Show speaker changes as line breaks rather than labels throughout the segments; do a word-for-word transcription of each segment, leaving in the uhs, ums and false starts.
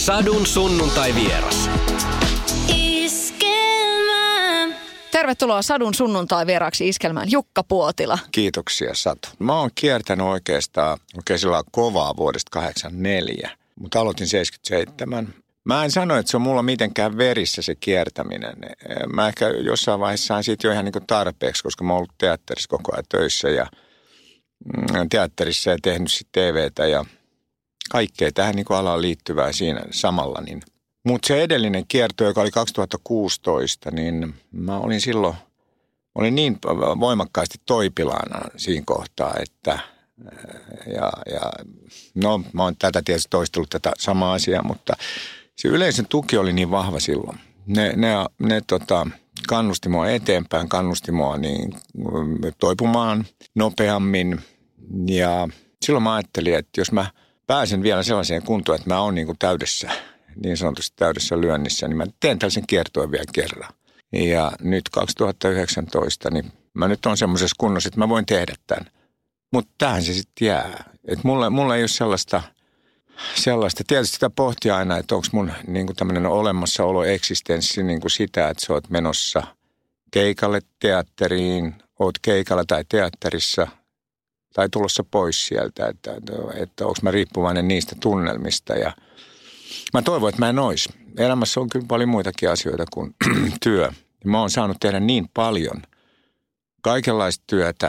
Sadun sunnuntai vieras.
Tervetuloa Sadun sunnuntai vieraaksi Iskelmään Jukka Puotila.
Kiitoksia Satu. Mä oon kiertänyt oikeastaan oikein sillä kovaa vuodesta kahdeksankymmentäneljä, mutta aloitin seitsemänkymmentäseitsemän. Mä en sano, että se on mulla mitenkään verissä se kiertäminen. Mä ehkä jossain vaiheessa sain siitä jo ihan niin kuin tarpeeksi, koska mä oon ollut teatterissa koko ajan töissä ja teatterissa ja tehnyt sitten T V:tä ja kaikkea tähän niin kuin alaan liittyvää siinä samalla. Niin. Mutta se edellinen kierto, joka oli kaksituhattakuusitoista, niin mä olin silloin, olin niin voimakkaasti toipilaana siinä kohtaa, että ja, ja no mä oon tätä tietysti toistellut tätä samaa asiaa, mutta se yleisön tuki oli niin vahva silloin. Ne, ne, ne tota, kannusti mua eteenpäin, kannusti mua niin toipumaan nopeammin ja silloin mä ajattelin, että jos mä pääsen vielä sellaiseen kuntoon, että mä oon niin kuin täydessä, niin sanotusti täydessä lyönnissä, niin mä teen tällaisen kiertoen vielä kerran. Ja nyt kaksituhattayhdeksäntoista, niin mä nyt on semmoisessa kunnossa, että mä voin tehdä tämän. Mutta tähän se sitten jää. Että mulla, mulla ei ole sellaista, sellaista, tietysti sitä pohtia aina, että onko mun niin kuin tämmöinen olemassaolo, eksistenssi niin kuin sitä, että sä oot menossa keikalle teatteriin, oot keikalla tai teatterissa tai tulossa pois sieltä, että, että, että onko mä riippuvainen niistä tunnelmista ja mä toivon, että mä en ois. Elämässä on kyllä paljon muitakin asioita kuin työ. Mä oon saanut tehdä niin paljon kaikenlaista työtä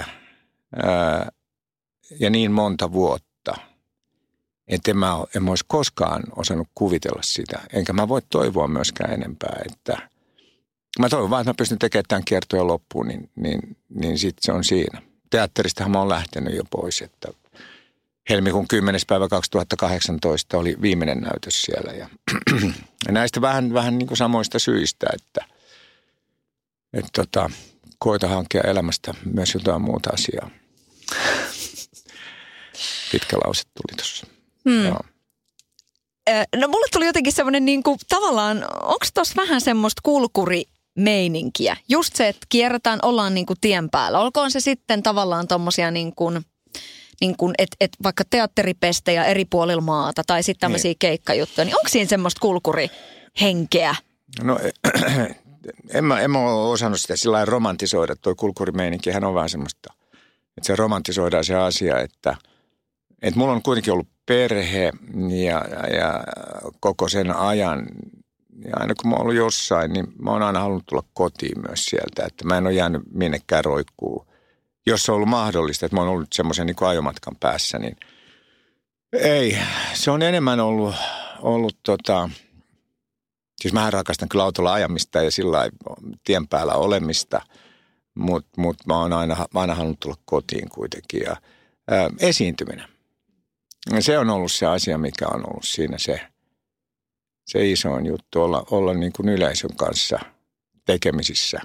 ää, ja niin monta vuotta, että en mä, en mä olisi koskaan osannut kuvitella sitä. Enkä mä voi toivoa myöskään enempää, että mä toivon vaan, että mä pystyn tekemään tämän kiertojen loppuun, niin, niin, niin sitten se on siinä. Teatteristahan mä oon lähtenyt jo pois, että helmikuun kymmenes päivä kaksituhattakahdeksantoista oli viimeinen näytös siellä ja näistä vähän, vähän niin kuin samoista syistä, että, että tota, koita hankkia elämästä myös jotain muuta asiaa. Pitkä lause tuli tuossa. Hmm.
No mulle tuli jotenkin semmoinen niin kuin tavallaan, onko tuossa vähän semmoista kulkurimeininkiä? Just se, että kierretään, ollaan niin kuin tien päällä. Olkoon se sitten tavallaan tommosia niin kuin niin kuin, että et vaikka teatteripestejä eri puolilla maata tai sitten tämmöisiä niin keikkajuttuja, niin onko siinä semmoista kulkurihenkeä? No
en mä, en mä ole osannut sitä sillä lailla romantisoida. Tuo kulkurimeininkihän on vähän semmoista, että se romantisoidaan se asia, että, että mulla on kuitenkin ollut perhe ja, ja koko sen ajan. Ja aina kun mä oon ollut jossain, niin mä oon aina halunnut tulla kotiin myös sieltä, että mä en ole jäänyt minnekään roikkuun. Jos se on ollut mahdollista, että mä oon ollut semmoisen niin kuin ajomatkan päässä, niin ei. Se on enemmän ollut, ollut tota, siis mä rakastan kyllä autolla ajamista ja sillä lailla tien päällä olemista, mutta mut mä oon aina, aina halunnut tulla kotiin kuitenkin. Ja ää, esiintyminen. Se on ollut se asia, mikä on ollut siinä se, se isoin juttu, olla, olla niin kuin yleisön kanssa tekemisissä.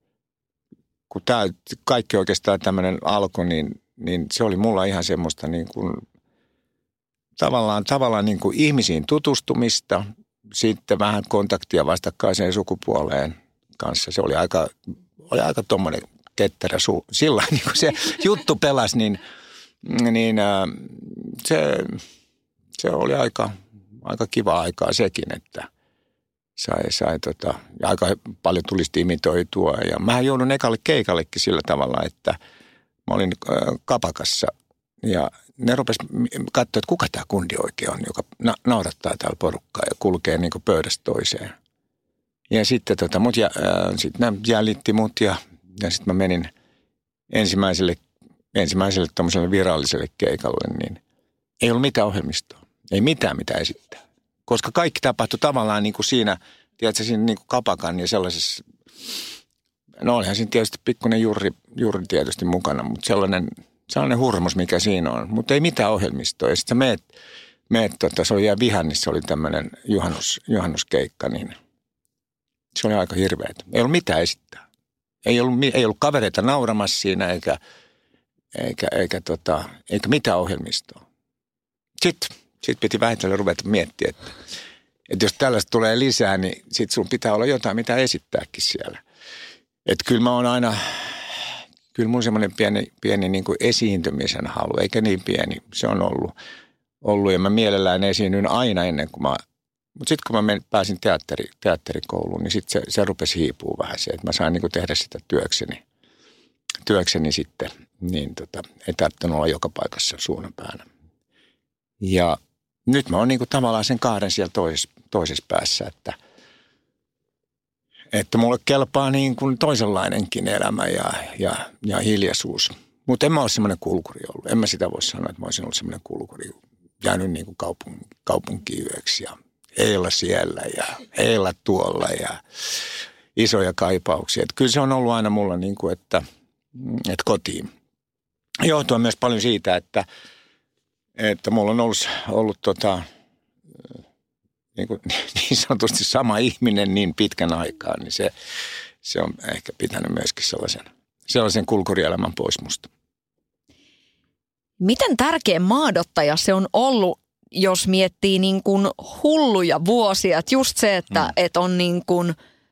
Kun tämä kaikki oikeastaan tämmöinen alkoi, niin, niin se oli mulla ihan semmoista niin kuin, tavallaan, tavallaan niin kuin ihmisiin tutustumista, sitten vähän kontaktia vastakkaiseen sukupuoleen kanssa. Se oli aika, oli aika tommoinen ketterä suu. Sillä niin kuin se juttu pelasi, niin, niin se, se oli aika, aika kiva aikaa sekin, että sai, sai tota, ja aika paljon tulisi imitoitua. Ja mähän joudun ekalle keikallekin sillä tavalla, että mä olin äh, kapakassa ja ne rupesi katsoa, että kuka tämä kundi oikein on, joka na- naurattaa täällä porukkaa ja kulkee niin kuin pöydästä toiseen. Ja sitten tota, mut ja, äh, sit ne jäljitti mut ja, ja sitten mä menin ensimmäiselle, ensimmäiselle tommoselle viralliselle keikalle, niin ei ollut mitään ohjelmistoa. Ei mitään mitä esittää. Koska kaikki tapahtui tavallaan niin kuin siinä, tiedätkö, siinä niin kuin kapakan ja sellaisessa, no olihan siinä tietysti pikkuinen juuri, juuri tietysti mukana, mutta sellainen, sellainen hurmos, mikä siinä on. Mutta ei mitään ohjelmistoa. Ja sitten sä meet, meet tota, se oli jää Vihannissa, oli tämmöinen juhannus, juhannuskeikka, niin se oli aika hirveätä. Ei ollut mitään esittää. Ei ollut, ei ollut kavereita nauramassa siinä, eikä, eikä, eikä, tota, eikä mitään ohjelmistoa. Sitten. Sitten piti vähitellen ruveta miettiä, että, että jos tällaista tulee lisää, niin sitten sun pitää olla jotain, mitä esittääkin siellä. Että kyllä mä oon aina, kyllä mun semmoinen pieni, pieni niin kuin esiintymisen halu, eikä niin pieni, se on ollut. ollut. Ja mä mielellään esiinnyn aina ennen kuin mä Mutta sitten kun mä menin, pääsin teatteri, teatterikouluun, niin sitten se, se rupesi hiipua vähän se, että mä sain niinku tehdä sitä työkseni, työkseni sitten. Niin tota, ei tarvittanut olla joka paikassa suunnan päänä. Ja nyt mä oon niinku tavallaan sen kahden siellä toisessa, toisessa päässä, että, että mulle kelpaa niin kuin toisenlainenkin elämä ja, ja, ja hiljaisuus. Mutta en mä ole semmoinen kulkuri ollut. En mä sitä voi sanoa, että mä olisin ollut semmoinen kulkuri. Jäänyt niin kuin kaupun, kaupunkiyöksi ja eillä siellä ja eillä tuolla ja isoja kaipauksia. Et kyllä se on ollut aina mulla niin kuin, että, että kotiin. Johtuen myös paljon siitä, että, että mulla on ollut, ollut tota, niin, kuin, niin sanotusti sama ihminen niin pitkän aikaa, niin se, se on ehkä pitänyt myöskin sellaisen, sellaisen kulkurielämän pois musta.
Miten tärkeä maadottaja se on ollut, jos miettii niin kuin hulluja vuosia? Että just se, että mm. et on niin kuin,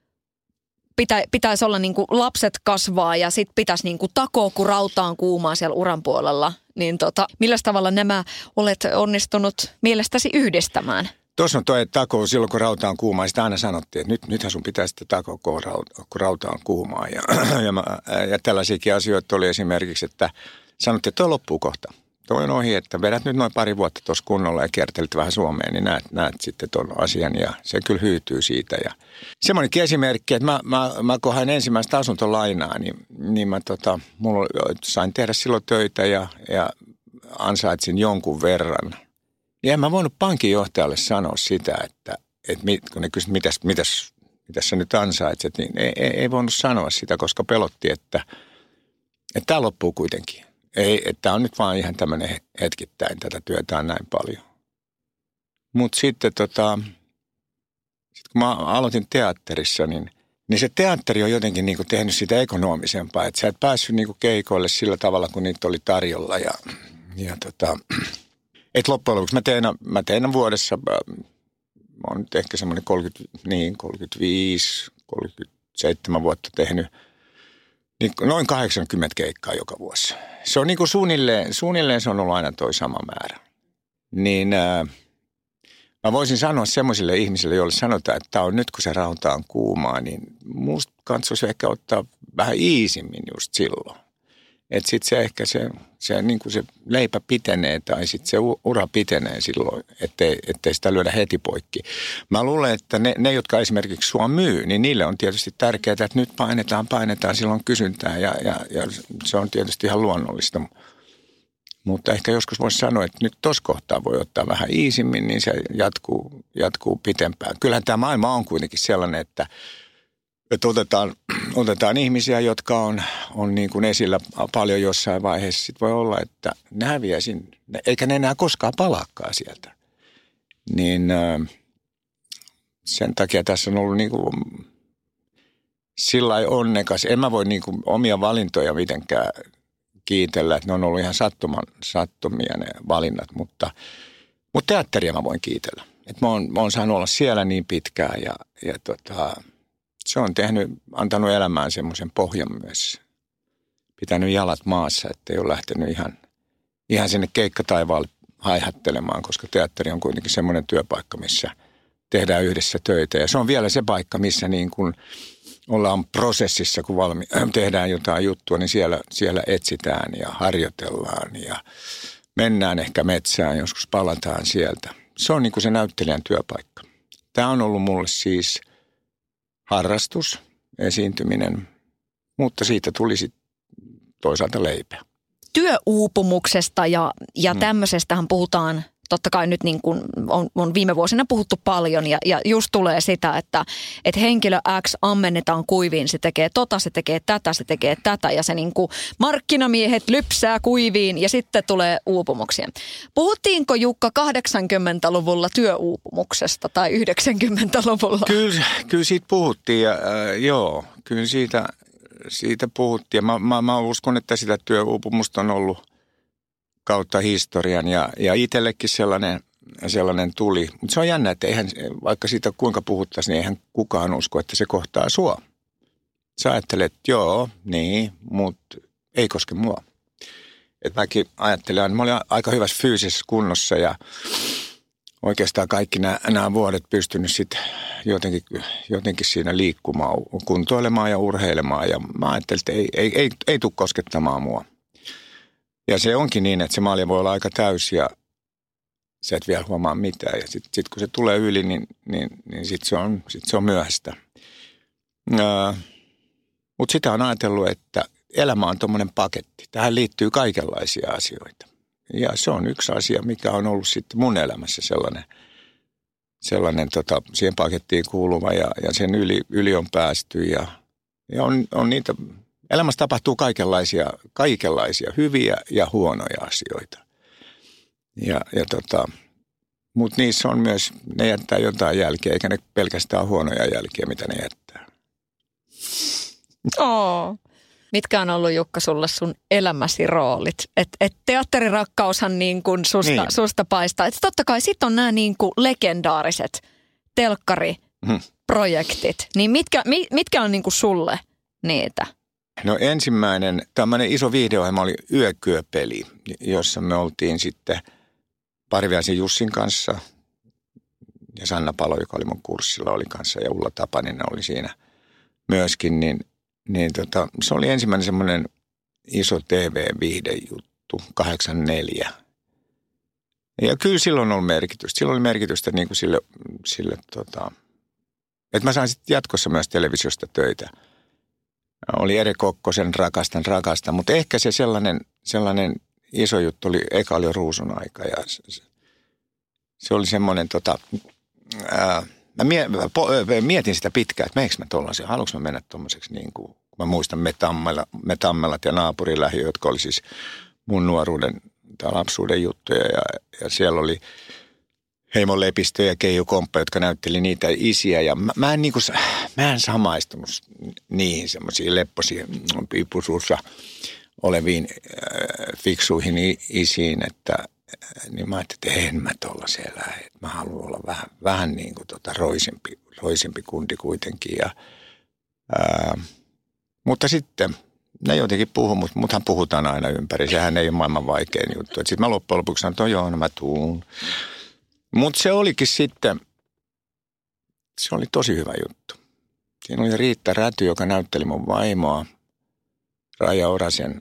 pitä, pitäisi olla niin kuin lapset kasvaa ja sitten pitäisi niin kuin takoa, kun rautaan kuumaa siellä uran puolella. Niin tota, millä tavalla nämä olet onnistunut mielestäsi yhdistämään?
Tuossa on toi tako, silloin kun rauta on kuumaa, sitä aina sanottiin, että nyt, nythän sun pitää sitten takoa, kun rauta on kuumaa. Ja, ja, mä, ja tällaisiakin asioita oli esimerkiksi, että sanottiin, että toi loppuu kohta. Toi on ohi, että vedät nyt noin pari vuotta tuossa kunnolla ja kiertelit vähän Suomeen, niin näet, näet sitten tuon asian ja se kyllä hyytyy siitä. Ja semmoinenkin esimerkki, että mä, mä, mä kun hain ensimmäistä asuntolainaa, niin, niin mä tota, mulla sain tehdä silloin töitä ja, ja ansaitsin jonkun verran. Ja en mä voinut pankinjohtajalle sanoa sitä, että, että kun ne kysyivät, mitäs, mitäs, mitäs sä nyt ansaitset, niin ei, ei, ei voinut sanoa sitä, koska pelotti, että, että tämä loppuu kuitenkin. Ei, että tämä on nyt vaan ihan tämmöinen hetkittäin, tätä työtä on näin paljon. Mutta sitten tota, sit kun mä aloitin teatterissa, niin, niin se teatteri on jotenkin niinku tehnyt sitä ekonomisempaa. Että sä et päässyt niinku keikoille sillä tavalla, kun niitä oli tarjolla. Ja, ja tota, et loppujen lopuksi mä tein, mä tein vuodessa, mä oon nyt ehkä semmoinen kolmekymmentä, niin kolmekymmentäviisi, kolmekymmentäseitsemän vuotta tehnyt. Niin noin kahdeksankymmentä keikkaa joka vuosi. Se on niin kuin suunnilleen, suunnilleen se on ollut aina toi sama määrä. Niin ää, mä voisin sanoa semmoisille ihmisille, joille sanotaan, että tämä on nyt kun se rauta on kuumaa, niin musta katsoisi ehkä ottaa vähän iisimmin just silloin. Että sitten se ehkä se, se, niin kuin se leipä pitenee tai sitten se ura pitenee silloin, ettei, ettei sitä lyödä heti poikki. Mä luulen, että ne, ne, jotka esimerkiksi sua myy, niin niille on tietysti tärkeää, että nyt painetaan, painetaan, silloin kysyntää ja, ja, ja se on tietysti ihan luonnollista. Mutta ehkä joskus voisi sanoa, että nyt tuossa kohtaa voi ottaa vähän iisimmin, niin se jatkuu, jatkuu pitempään. Kyllähän tämä maailma on kuitenkin sellainen, että Että otetaan, otetaan ihmisiä, jotka on, on niin kuin esillä paljon jossain vaiheessa. Sitten voi olla, että ne häviää sinne, eikä ne enää koskaan palaakaan sieltä. Niin sen takia tässä on ollut niin kuin sillä lailla onnekas. En mä voi niin kuin omia valintoja mitenkään kiitellä, että ne on ollut ihan sattuman, sattumia ne valinnat. Mutta, mutta teatteria mä voin kiitellä. Että mä oon, mä oon saanut olla siellä niin pitkään ja, ja tota... Se on tehnyt, antanut elämään semmoisen pohjan myös. Pitänyt jalat maassa, ettei ole lähtenyt ihan, ihan sinne keikkataivaalle haihattelemaan, koska teatteri on kuitenkin semmoinen työpaikka, missä tehdään yhdessä töitä. Ja se on vielä se paikka, missä niin kuin ollaan prosessissa, kun valmi- tehdään jotain juttua, niin siellä, siellä etsitään ja harjoitellaan ja mennään ehkä metsään, joskus palataan sieltä. Se on niin kuin se näyttelijän työpaikka. Tämä on ollut mulle siis harrastus, esiintyminen, mutta siitä tuli sitten toisaalta leipää.
Työuupumuksesta ja, ja tämmöisestähän puhutaan, totta kai nyt niin kuin on, on viime vuosina puhuttu paljon ja, ja just tulee sitä, että, että henkilö X ammennetaan kuiviin, se tekee tota, se tekee tätä, se tekee tätä ja se niin kuin markkinamiehet lypsää kuiviin ja sitten tulee uupumuksia. Puhuttiinko Jukka kahdeksankymmentäluvulla työuupumuksesta tai yhdeksänkymmentäluvulla?
Kyllä, kyllä siitä puhuttiin ja äh, joo, kyllä siitä, siitä puhuttiin ja mä, mä, mä uskon, että sitä työuupumusta on ollut kautta historian ja, ja itsellekin sellainen, sellainen tuli. Mutta se on jännä, että eihän, vaikka siitä kuinka puhuttaisiin, niin eihän kukaan usko, että se kohtaa sua. Sä ajattelet, että joo, niin, mutta ei koske mua. Et mäkin ajattelen, että mä olin aika hyvässä fyysisessä kunnossa ja oikeastaan kaikki nämä, nämä vuodet pystynyt sitten jotenkin, jotenkin siinä liikkumaan, kuntoilemaan ja urheilemaan. Ja mä ajattelin, että ei, ei, ei, ei tule koskettamaan mua. Ja se onkin niin, että se malja voi olla aika täysi ja sä et vielä huomaa mitään. Ja sitten sit kun se tulee yli, niin, niin, niin sitten se, sit se on myöhäistä. Öö, Mutta sitä on ajatellut, että elämä on tommoinen paketti. Tähän liittyy kaikenlaisia asioita. Ja se on yksi asia, mikä on ollut sitten mun elämässä sellainen, sellainen tota, siihen pakettiin kuuluva ja, ja sen yli, yli on päästy. Ja, ja on, on niitä, elämässä tapahtuu kaikenlaisia, kaikenlaisia hyviä ja huonoja asioita. Ja, ja tota, mutta niissä on myös, ne jättää jotain jälkeä, eikä ne pelkästään huonoja jälkiä, mitä ne jättää.
Oh. Mitkä on ollut, Jukka, sulle sun elämäsi roolit? Että et teatterirakkaushan niin kuin susta, niin. susta paistaa. Et totta kai sit on nämä niin kuin legendaariset telkkariprojektit. Hmm. Niin mitkä, mitkä on niin kuin sulle niitä?
No ensimmäinen, tämmöinen iso viihdeohjelma oli Yökyöpeli, jossa me oltiin sitten Parviaisen Jussin kanssa ja Sanna Palo, joka oli mun kurssilla, oli kanssa ja Ulla Tapaninen oli siinä myöskin, niin Niin tota, se oli ensimmäinen semmoinen iso T V-viihdejuttu, kahdeksankymmentäneljä. Ja kyllä silloin oli merkitystä. Silloin oli merkitystä niin kuin sille, sille tota, että mä sain sitten jatkossa myös televisiosta töitä. Oli Ere Kokkosen Rakastan, rakastan, mutta ehkä se sellainen, sellainen iso juttu oli, eka oli Ruusun aika ja se, se oli semmoinen tota, ää, Mä mietin sitä pitkään, että meneekö mä tollaisen, haluanko mä mennä tommoiseksi niin kuin, mä muistan Metammela, Metammelat ja naapurilähiö, jotka oli siis mun nuoruuden tai lapsuuden juttuja ja, ja siellä oli Heimo Lepistö ja Keijo Komppa, jotka näytteli niitä isiä ja mä, mä, en, niin kuin, mä en samaistunut niihin semmoisiin lepposiin piipusuussa oleviin äh, fiksuihin isiin, että niin mä ajattelin, että en mä tollaiseen lähde. Mä haluan olla vähän, vähän niin kuin tota roisempi, roisempi kundi kuitenkin. Ja, ää, mutta sitten ne jotenkin puhuu, mutta muthan puhutaan aina ympäri. Sehän ei ole maailman vaikein juttu. Sitten mä loppujen lopuksi sanoin, että joo, no mä tuun. Mutta se olikin sitten, se oli tosi hyvä juttu. Siinä oli Riitta Räty, joka näytteli mun vaimoa. Raija Orasen,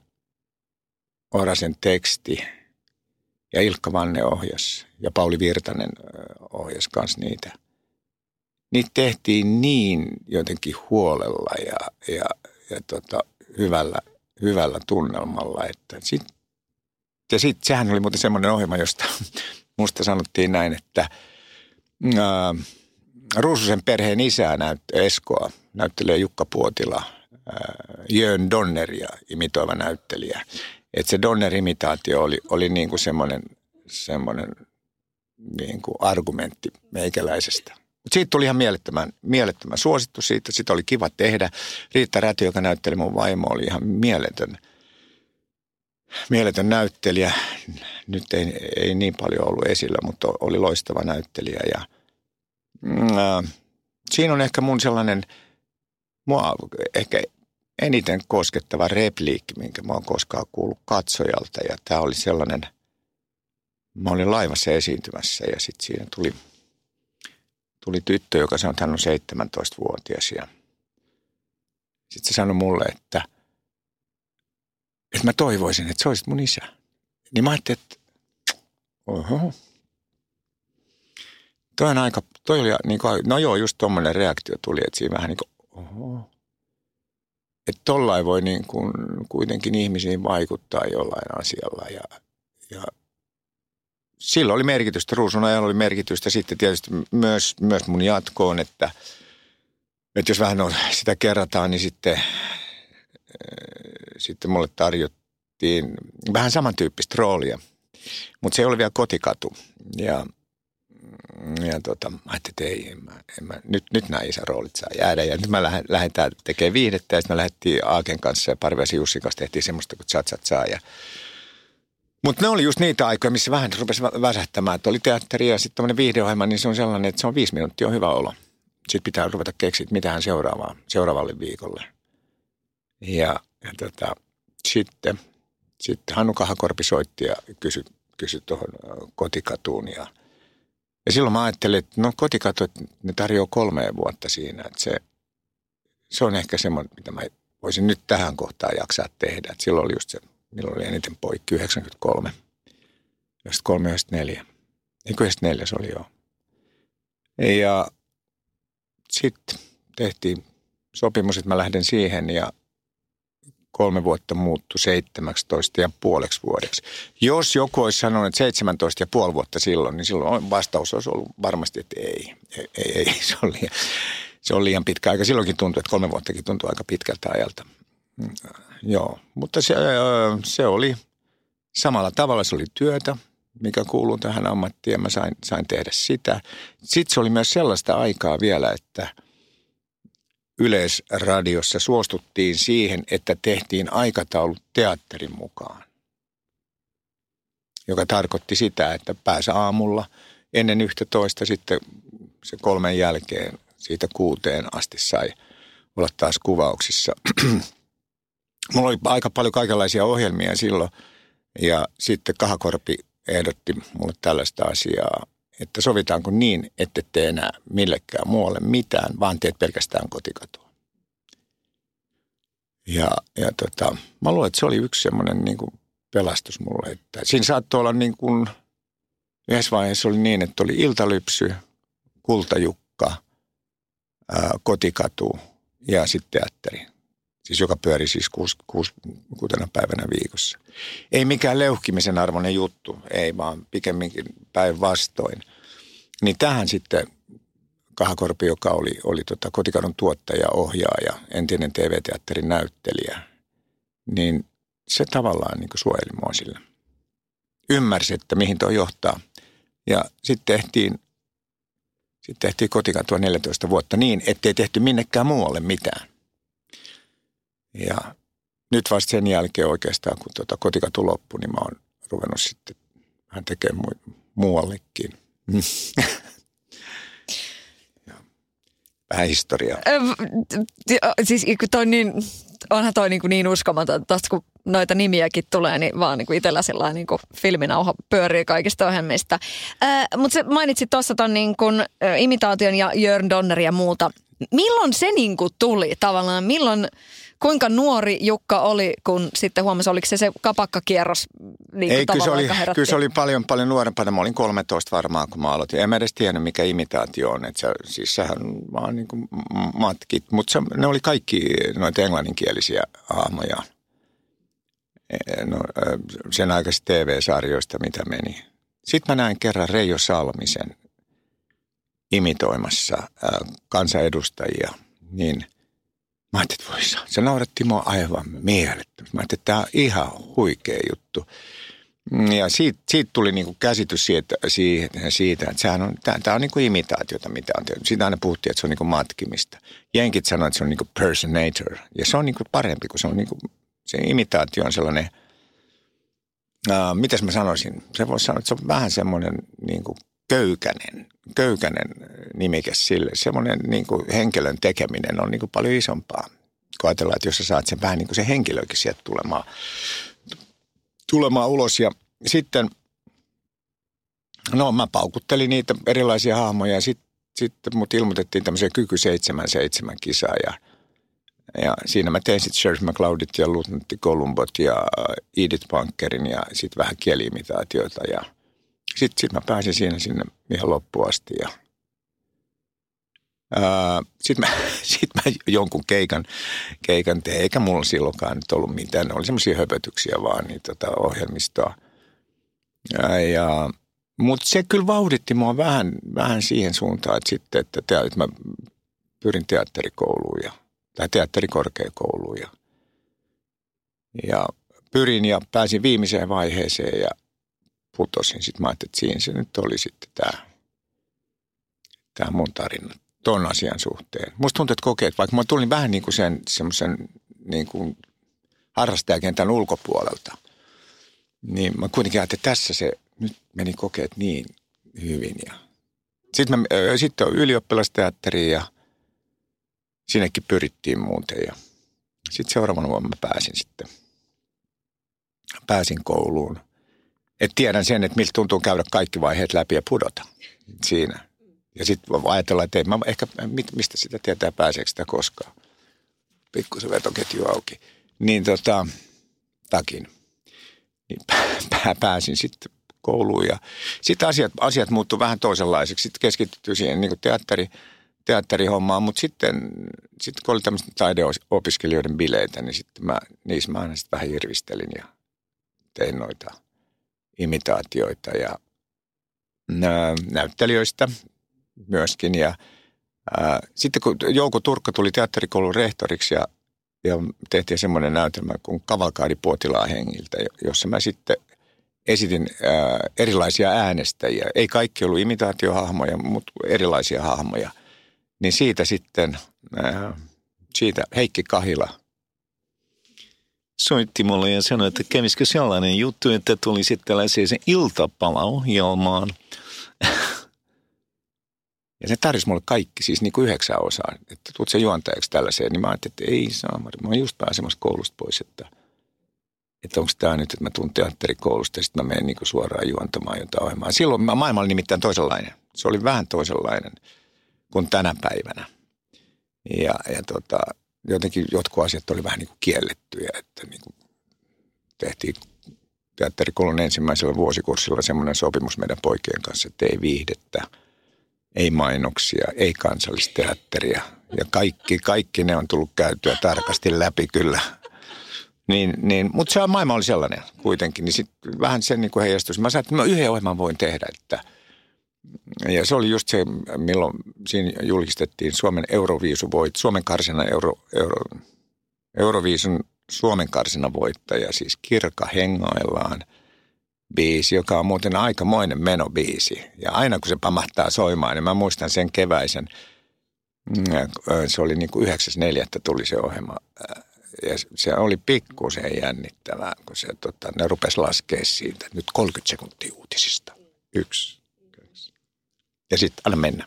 Orasen teksti. Ja Ilkka Vanne ohjasi ja Pauli Virtanen ohjasi kanssa niitä. Niitä tehtiin niin jotenkin huolella ja, ja, ja tota, hyvällä, hyvällä tunnelmalla. Että sit, ja sitten sehän oli muuten semmoinen ohjelma, josta musta sanottiin näin, että ää, Ruususen perheen isää näyt, Eskoa näyttelee Jukka Puotila, ää, Jön Donneria imitoiva näyttelijä. Että se Donner-imitaatio oli, oli niin kuin semmoinen, semmoinen niin kuin argumentti meikäläisestä. Mutta siitä tuli ihan mielettömän, mielettömän suosittu siitä. Sitä oli kiva tehdä. Riitta Räty, joka näytteli mun vaimo, oli ihan mieletön, mieletön näyttelijä. Nyt ei, ei niin paljon ollut esillä, mutta oli loistava näyttelijä. Ja, äh, siinä on ehkä mun sellainen, mua ehkä eniten koskettava repliikki, minkä mä oon koskaan kuullut katsojalta. Ja tää oli sellainen, mä olin laivassa esiintymässä ja sitten siinä tuli, tuli tyttö, joka sanoi, että hän on seitsemäntoistavuotias. Ja sitten se sanoi mulle, että, että mä toivoisin, että sä olisit mun isä. Niin mä ajattelin, että oho. Toi on aika, toi oli niin kuin, no joo, just tommoinen reaktio tuli, että siinä vähän niin kuin, oho. Että tollain voi niin kuin kuitenkin ihmisiin vaikuttaa jollain asialla ja, ja sillä oli merkitystä, Ruusun ajalla oli merkitystä sitten tietysti myös, myös mun jatkoon, että, että jos vähän sitä kerrataan, niin sitten, äh, sitten mulle tarjottiin vähän samantyyppistä roolia, mutta se ei ole vielä Kotikatu ja Ja tota, mä ajattelin, että ei, en mä, en mä, nyt, nyt nämä isäroolit saa jäädä. Ja nyt mä lähden, lähdetään tekemään viihdettä ja sitten me lähdettiin Aaken kanssa ja Parviaisen Jussin kanssa tehtiin semmoista kuin Chat Chat Saa. Mutta ne oli just niitä aikoja, missä vähän rupesi väsähtämään, että oli teatteri ja sitten tämmöinen viihdeohjelma, niin se on sellainen, että se on viisi minuuttia on hyvä olo. Sitten pitää ruveta keksiä, että mitähän seuraavaa, seuraavalle viikolle. Ja, ja tota, sitten, sitten Hannu Kahakorpi soitti ja kysyi kysy tuohon Kotikatuun ja Ja silloin mä ajattelin, että no kotikato, että ne tarjoaa kolmea vuotta siinä. Että se, se on ehkä semmoinen, mitä mä voisin nyt tähän kohtaan jaksaa tehdä. Että silloin oli just se, milloin oli eniten poikki, yhdeksänkymmentäkolme. yhdeksänkymmentäkolme, yhdeksänkymmentäneljä. Eikö yhdeksänkymmentäneljä se oli joo. Ja sitten tehtiin sopimus, että mä lähden siihen ja kolme vuotta muuttui seitsemäntoista ja puoleksi vuodeksi. Jos joku olisi sanonut, että seitsemäntoista ja puoli vuotta silloin, niin silloin vastaus olisi ollut varmasti, että ei. Ei, ei, ei se, on liian, se on liian pitkä aika. Silloinkin tuntui, että kolme vuottakin tuntui aika pitkältä ajalta. Joo, mutta se, se oli samalla tavalla, se oli työtä, mikä kuuluu tähän ammattiin ja mä sain, sain tehdä sitä. Sitten se oli myös sellaista aikaa vielä, että Yleisradiossa suostuttiin siihen, että tehtiin aikataulut teatterin mukaan, joka tarkoitti sitä, että pääsi aamulla ennen yhtätoista sitten se kolmen jälkeen siitä kuuteen asti sai olla taas kuvauksissa. Mulla oli aika paljon kaikenlaisia ohjelmia silloin ja sitten Kahakorpi ehdotti mulle tällaista asiaa, että sovitaanko niin, että tee enää millekään muualle mitään, vaan teet pelkästään kotikatoa. Ja, ja tota, mä luulen, että se oli yksi semmoinen niin kuin pelastus mulle. Että siinä saattoi olla niin kuin, yhdessä vaiheessa oli niin, että oli Iltalypsy, Kultajukka, ää, Kotikatu ja sitten teatteri. Siis joka pyöri siis kuusi, kuusi, kuutena päivänä viikossa. Ei mikään leuhkimisen arvoinen juttu, ei vaan pikemminkin päinvastoin. Niin tähän sitten Kahakorpi, joka oli, oli tota Kotikadun tuottaja, ohjaaja, entinen T V-teatterin näyttelijä, niin se tavallaan niin kuin suojeli mua sillä. Ymmärsi, että mihin tuo johtaa. Ja sitten tehtiin, sit tehtiin Kotikatua neljätoista vuotta niin, ettei tehty minnekään muualle mitään. Ja nyt vasta sen jälkeen oikeastaan, kun tuota Kotikatu loppui, niin mä oon ruvennut sitten vähän tekemään mu- muuallekin. Vähän historiaa.
Siis toi niin, onhan toi niin, niin uskomaton, että kun noita nimiäkin tulee, niin vaan niin itsellä sellainen niin filminauha pyörii kaikista ohjelmista. Äh, Mutta se mainitsit tuossa ton niin kuin, äh, imitaation ja Jörn Donner ja muuta. Milloin se niin kuin tuli tavallaan? Milloin, kuinka nuori Jukka oli, kun sitten huomasi, oliko se se kapakkakierros? Niin
Ei, kyllä se, oli, kyllä se oli paljon, paljon nuorempana. Mä olin kolmetoista varmaan, kun mä aloitin. En mä edes tiennyt, mikä imitaatio on. Että se, siis sehän vaan niin kuin matkit. Mutta ne oli kaikki noita englanninkielisiä hahmoja. No, sen aikaisista T V-sarjoista, mitä meni. Sitten mä näin kerran Reijo Salmisen imitoimassa äh, kansanedustajia, niin mä ajattelin, että voi saa. Se nauratti mua aivan mielettömästi. Mä ajattelin, että tämä on ihan huikea juttu. Ja siitä, siitä tuli niinku käsitys siitä, siitä, siitä että sehän on, tämä on niinku imitaatiota, mitä on tehnyt. Siitä aina puhuttiin, että se on niinku matkimista. Jenkit sanoi, että se on niinku personator. Ja se on niinku parempi, kun se on niinku, se imitaatio on sellainen, uh, mitäs mä sanoisin, se voisi sanoa, että se on vähän semmoinen niinku köykänen, köykänen nimike sille. Semmoinen niin kuin henkilön tekeminen on niin kuin paljon isompaa. Kun ajatellaan, että jos sä saat sen vähän niin kuin se henkilökin sieltä tulemaan, tulemaan ulos. Ja sitten, no mä paukuttelin niitä erilaisia hahmoja ja sitten sit mut ilmoitettiin tämmöiseen Kyky seitsemänkymmentäseitsemän kisaan. Ja, ja siinä mä tein sitten Sheriff McCloudit ja Lieutenant Columbot ja Edith Bunkerin ja sitten vähän kieli-imitaatioita ja Sitten sit mä pääsin siinä sinne ihan loppuun asti ja sitten mä, sit mä jonkun keikan, keikan tein, eikä mulla silloinkaan nyt ollut mitään. Ne oli semmoisia höpötyksiä vaan, niin tota ohjelmistoa. Ja, ja, mutta se kyllä vauhditti mua vähän, vähän siihen suuntaan, että sitten, että, te, että mä pyrin teatterikouluun ja, tai teatterikorkeakouluun ja, ja pyrin ja pääsin viimeiseen vaiheeseen ja putosin. Sitten mä ajattelin, että siinä se nyt oli sitten tämä, tämä mun tarina ton asian suhteen. Musta tuntuu, että kokeet, vaikka mä tulin vähän niin kuin sen semmoisen niin kuin harrastajakentän ulkopuolelta, niin mä kuitenkin ajattelin, että tässä se nyt meni kokeet niin hyvin. Ja sitten mä, sitten on ylioppilasteatteri ja sinnekin pyrittiin muuten ja sitten seuraavana vuonna mä pääsin sitten, pääsin kouluun. Et tiedän sen, että miltä tuntuu käydä kaikki vaiheet läpi ja pudota. siinä. Ja sitten ajatellaan, että ei mä ehkä, mistä sitä tietää, pääseekö sitä koskaan. Pikkusen vetoketju auki. Niin tota, takin. Niin pääsin sitten kouluun ja sitten asiat, asiat muuttui vähän toisenlaiseksi. Sitten keskityttiin siihen niin kuin teatteri, teatterihommaan, mutta sitten, sitten kun oli tämmöistä taideopiskelijoiden bileitä, niin sitten mä, niissä mä aina sitten vähän irvistelin ja tein noita imitaatioita ja nää, näyttelijöistä myöskin. Ja ää, sitten kun Jouko Turkka tuli teatterikoulun rehtoriksi ja, ja tehtiin semmoinen näytelmä kuin Kavalkaadi Puotilaa hengiltä, jossa mä sitten esitin ää, erilaisia äänestäjiä. Ei kaikki ollut imitaatiohahmoja, mutta erilaisia hahmoja. Niin siitä sitten, ää, siitä Heikki Kahila
soitti mulle ja sanoi, että kävisikö sellainen juttu, että tuli sitten tällaiseen iltapalaohjelmaan.
Ja se tarjosi mulle kaikki, siis niin kuin yhdeksän osaa, että tulet se juontajaksi tällaiseen. Niin mä ajattelin, että ei saa, mä oon just pääsemässä koulusta pois, että, että onko tämä nyt, että mä tuun teatterikoulusta ja sitten mä menen niin kuin suoraan juontamaan jotain ohjelmaa. Silloin maailma oli nimittäin toisenlainen. Se oli vähän toisenlainen kuin tänä päivänä. Ja, ja tota, jotenkin jotkut asiat oli vähän niin kuin kiellettyjä, että niin kuin tehtiin teatterikoulun ensimmäisellä vuosikurssilla semmoinen sopimus meidän poikien kanssa, että ei viihdettä, ei mainoksia, ei kansallisteatteria. Ja kaikki, kaikki ne on tullut käytyä tarkasti läpi kyllä. Niin, niin, mutta se maailma oli sellainen kuitenkin, niin sitten vähän sen niin kuin heijastus. Mä sanoin, että mä yhden ohjelman voin tehdä, että ja se oli just se, milloin siinä julkistettiin Suomen Euroviisuvoit, Suomen karsina Euro, Euro, Euroviisun Suomen karsina voittaja, siis Kirka hengaillaan biisi, joka on muuten aikamoinen menobiisi. Ja aina kun se pamahtaa soimaan, niin mä muistan sen keväisen, se oli niin kuin yhdeksäs neljättä tuli se ohjelma. Ja se oli pikkusen jännittävää, kun se, tota, ne rupesi laskemaan siitä, nyt kolmekymmentä sekuntia uutisista. Yksi. Ja sitten anna mennä.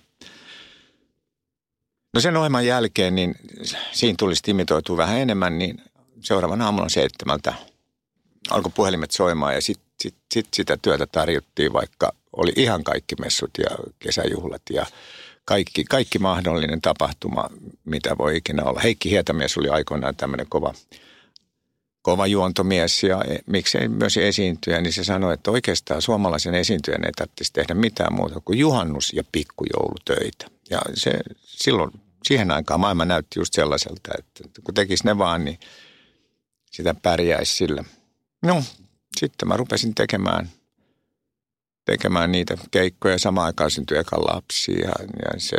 No sen ohjelman jälkeen, niin siinä tuli imitoitua vähän enemmän, niin seuraavan aamulla seitsemältä alkoi puhelimet soimaan ja sitten sit, sit sitä työtä tarjottiin, vaikka oli ihan kaikki messut ja kesäjuhlat ja kaikki, kaikki mahdollinen tapahtuma, mitä voi ikinä olla. Heikki Hietamies oli aikoinaan tämmöinen kova, kova juontomies ja miksei myös esiintyjä, niin se sanoi, että oikeastaan suomalaisen esiintyjän ei tarvitsisi tehdä mitään muuta kuin juhannus- ja pikkujoulutöitä. Ja se, silloin siihen aikaan maailma näytti just sellaiselta, että kun tekisi ne vaan, niin sitä pärjäisi sillä. No, sitten mä rupesin tekemään, tekemään niitä keikkoja. Samaan aikaan syntyi eka lapsi ja, ja se,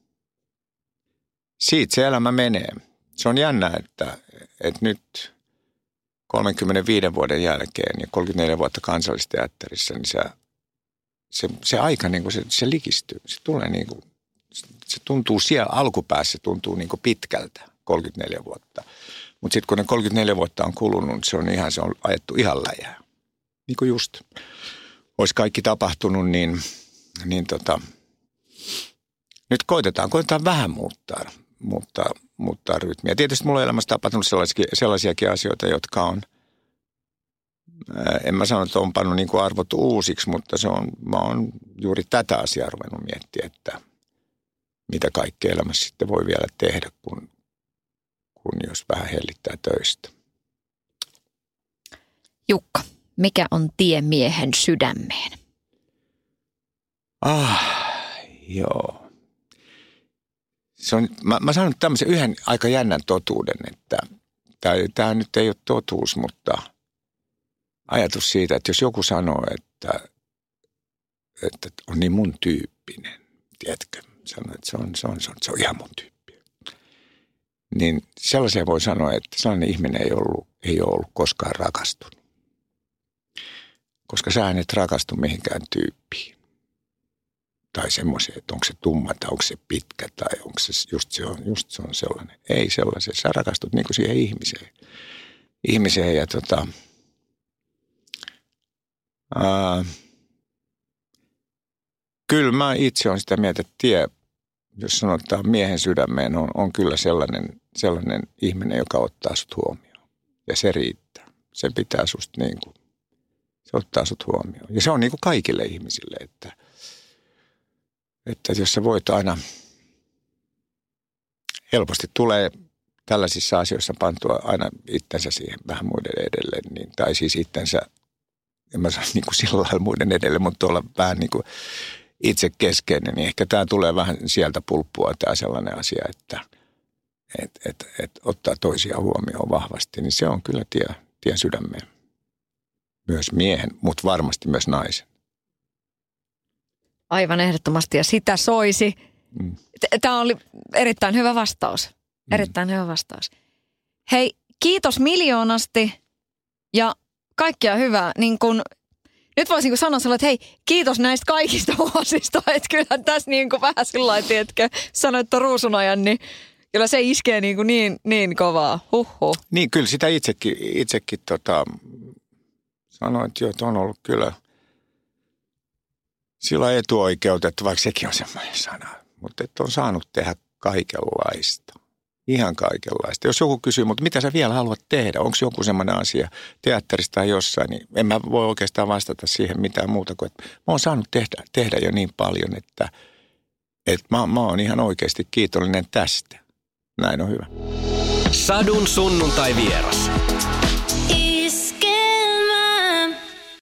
siitä se elämä menee. Se on jännä, että, että nyt kolmenkymmenenviiden vuoden jälkeen ja kolmekymmentäneljä vuotta Kansallisteatterissa, niin se, se, se aika niin kuin se, se likistyy. Se tulee niin kuin, se tuntuu siellä alkupäässä, se tuntuu niin kuin pitkältä, kolmekymmentäneljä vuotta. Mutta sitten kun ne kolmekymmentäneljä vuotta on kulunut, se on ihan, se on ajettu ihan läjää. Niin kuin just. Olisi kaikki tapahtunut, niin, niin tota, nyt koitetaan, koitetaan vähän muuttaa, muuttaa, muuttaa rytmiä. Tietysti mulla on elämässä tapahtunut sellaisia, sellaisiakin asioita, jotka on, ää, en mä sano, että on pannut niin kuin arvot uusiksi, mutta se on, mä oon juuri tätä asiaa ruvennut miettiä, että mitä kaikkea elämässä sitten voi vielä tehdä, kun, kun jos vähän hellittää töistä.
Jukka, mikä on tie miehen sydämeen?
Ah, joo. Se on, mä, mä sanon tämmöisen yhden aika jännän totuuden, että tämä nyt ei ole totuus, mutta ajatus siitä, että jos joku sanoo, että, että on niin mun tyyppinen, tiedätkö, sanoo, että se on, se on, se on, se on ihan mun tyyppi. Niin sellaisia voi sanoa, että sellainen ihminen ei, ollut, ei ole ollut koskaan rakastunut. Koska sä et rakastu mihinkään tyyppiin. Tai semmoiseen, että onko se tumma tai onko se pitkä tai onko se just se on, just se on sellainen. Ei sellaisen. Sä rakastut niin kuin siihen ihmiseen. Ihmiseen ja tota... Ää, kyllä mä itse olen sitä mieltä, että tie, jos sanotaan miehen sydämeen, on, on kyllä sellainen, sellainen ihminen, joka ottaa sut huomioon. Ja se riittää. Se pitää susta niin kuin, se ottaa sut huomioon. Ja se on niin kuin kaikille ihmisille, että että jos sä voit aina, helposti tulee tällaisissa asioissa pantua aina itsensä siihen vähän muiden edelle, niin, tai siis itsensä, en mä saa niin kuin sillä lailla muiden edelle, mutta olla vähän niin kuin itse keskeinen, niin ehkä tämä tulee vähän sieltä pulppua tämä sellainen asia, että et, et, et ottaa toisia huomioon vahvasti, niin se on kyllä tie, tie sydämeen. Myös miehen, mutta varmasti myös naisen.
Aivan ehdottomasti ja sitä soisi. Mm. Tämä oli erittäin hyvä vastaus. Erittäin mm. hyvä vastaus. Hei, kiitos miljoonasti ja kaikkea hyvää. Niin kun, nyt voisin sanoa sinulle, että hei, kiitos näistä kaikista vuosista. Että kyllä tässä niin kuin vähän sillä lailla, tiedätkö, sanoit tuon ruusunajan, niin kyllä se iskee niin, kuin niin, niin kovaa. Huhhuh.
Niin, kyllä sitä itsekin, itsekin tota, sanoin, että joo, on ollut kyllä sillä etuoikeutettu, vaikka sekin on semmoinen sana. Mutta että on saanut tehdä kaikenlaista. Ihan kaikenlaista. Jos joku kysyy, mutta mitä sä vielä haluat tehdä? Onko joku semmoinen asia teatterista tai jossain, niin en mä voi oikeastaan vastata siihen mitään muuta kuin, että mä oon saanut tehdä, tehdä jo niin paljon, että, että mä, mä oon ihan oikeasti kiitollinen tästä. Näin on hyvä.
Sadun sunnuntai vieras.